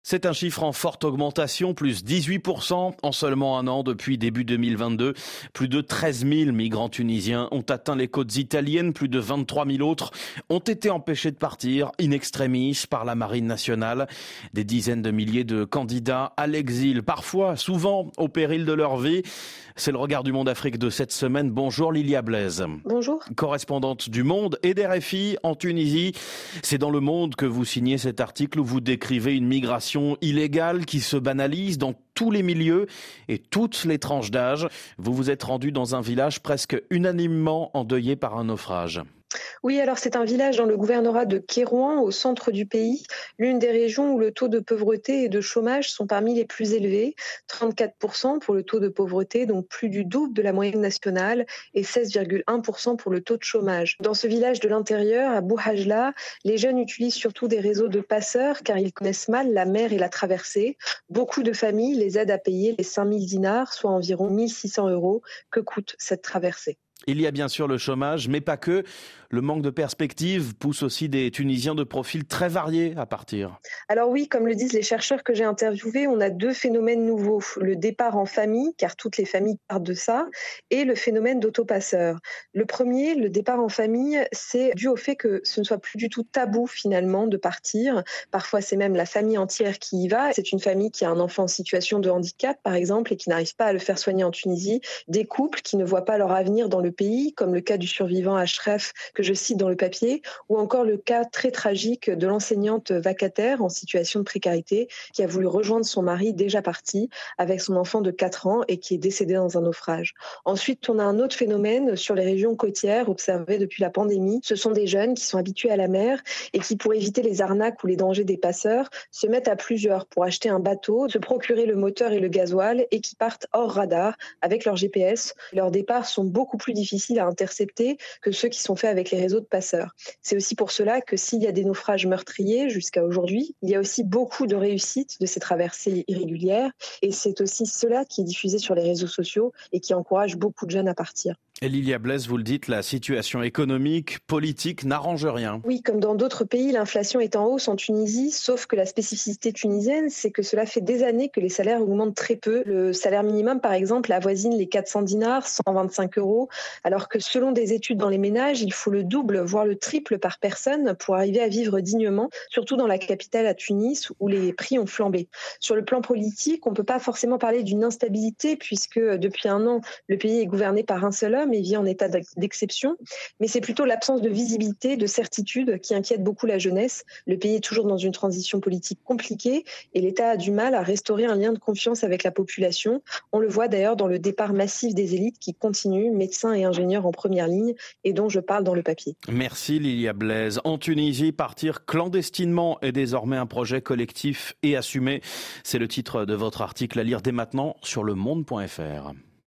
C'est un chiffre en forte augmentation, plus 18% en seulement un an depuis début 2022. Plus de 13 000 migrants tunisiens ont atteint les côtes italiennes. Plus de 23 000 autres ont été empêchés de partir in extremis par la marine nationale. Des dizaines de milliers de candidats à l'exil, parfois, souvent au péril de leur vie. C'est le regard du Monde Afrique de cette semaine. Bonjour Lilia Blaise. Bonjour. Correspondante du Monde et d'RFI en Tunisie. C'est dans Le Monde que vous signez cet article où vous décrivez une migration illégale qui se banalise dans tous les milieux et toutes les tranches d'âge. Vous vous êtes rendu dans un village presque unanimement endeuillé par un naufrage. Oui, alors c'est un village dans le gouvernorat de Kérouan, au centre du pays, l'une des régions où le taux de pauvreté et de chômage sont parmi les plus élevés, 34% pour le taux de pauvreté, donc plus du double de la moyenne nationale, et 16,1% pour le taux de chômage. Dans ce village de l'intérieur, à Bouhajla, les jeunes utilisent surtout des réseaux de passeurs car ils connaissent mal la mer et la traversée. Beaucoup de familles les aident à payer les 5 000 dinars, soit environ 1 600 € que coûte cette traversée. Il y a bien sûr le chômage, mais pas que. Le manque de perspective pousse aussi des Tunisiens de profils très variés à partir. Alors oui, comme le disent les chercheurs que j'ai interviewés, on a deux phénomènes nouveaux. Le départ en famille, car toutes les familles partent de ça, et le phénomène d'autopasseur. Le premier, le départ en famille, c'est dû au fait que ce ne soit plus du tout tabou finalement de partir. Parfois, c'est même la famille entière qui y va. C'est une famille qui a un enfant en situation de handicap, par exemple, et qui n'arrive pas à le faire soigner en Tunisie. Des couples qui ne voient pas leur avenir dans le pays, comme le cas du survivant Ashraf que je cite dans le papier, ou encore le cas très tragique de l'enseignante vacataire en situation de précarité qui a voulu rejoindre son mari déjà parti avec son enfant de 4 ans et qui est décédé dans un naufrage. Ensuite, on a un autre phénomène sur les régions côtières observé depuis la pandémie. Ce sont des jeunes qui sont habitués à la mer et qui, pour éviter les arnaques ou les dangers des passeurs, se mettent à plusieurs pour acheter un bateau, se procurer le moteur et le gasoil et qui partent hors radar avec leur GPS. Leurs départs sont beaucoup plus difficiles à intercepter que ceux qui sont faits avec les réseaux de passeurs. C'est aussi pour cela que s'il y a des naufrages meurtriers jusqu'à aujourd'hui, il y a aussi beaucoup de réussites de ces traversées irrégulières et c'est aussi cela qui est diffusé sur les réseaux sociaux et qui encourage beaucoup de jeunes à partir. Et Lilia Blaise, vous le dites, la situation économique, politique n'arrange rien. Oui, comme dans d'autres pays, l'inflation est en hausse en Tunisie, sauf que la spécificité tunisienne, c'est que cela fait des années que les salaires augmentent très peu. Le salaire minimum, par exemple, avoisine les 400 dinars, 125 €, alors que selon des études dans les ménages, il faut le double, voire le triple par personne pour arriver à vivre dignement, surtout dans la capitale à Tunis, où les prix ont flambé. Sur le plan politique, on ne peut pas forcément parler d'une instabilité, puisque depuis un an, le pays est gouverné par un seul homme et vit en état d'exception, mais c'est plutôt l'absence de visibilité, de certitude qui inquiète beaucoup la jeunesse. Le pays est toujours dans une transition politique compliquée et l'État a du mal à restaurer un lien de confiance avec la population. On le voit d'ailleurs dans le départ massif des élites qui continuent, médecins et ingénieurs en première ligne, et dont je parle dans le papier. Merci Lilia Blaise. En Tunisie, partir clandestinement est désormais un projet collectif et assumé. C'est le titre de votre article à lire dès maintenant sur lemonde.fr.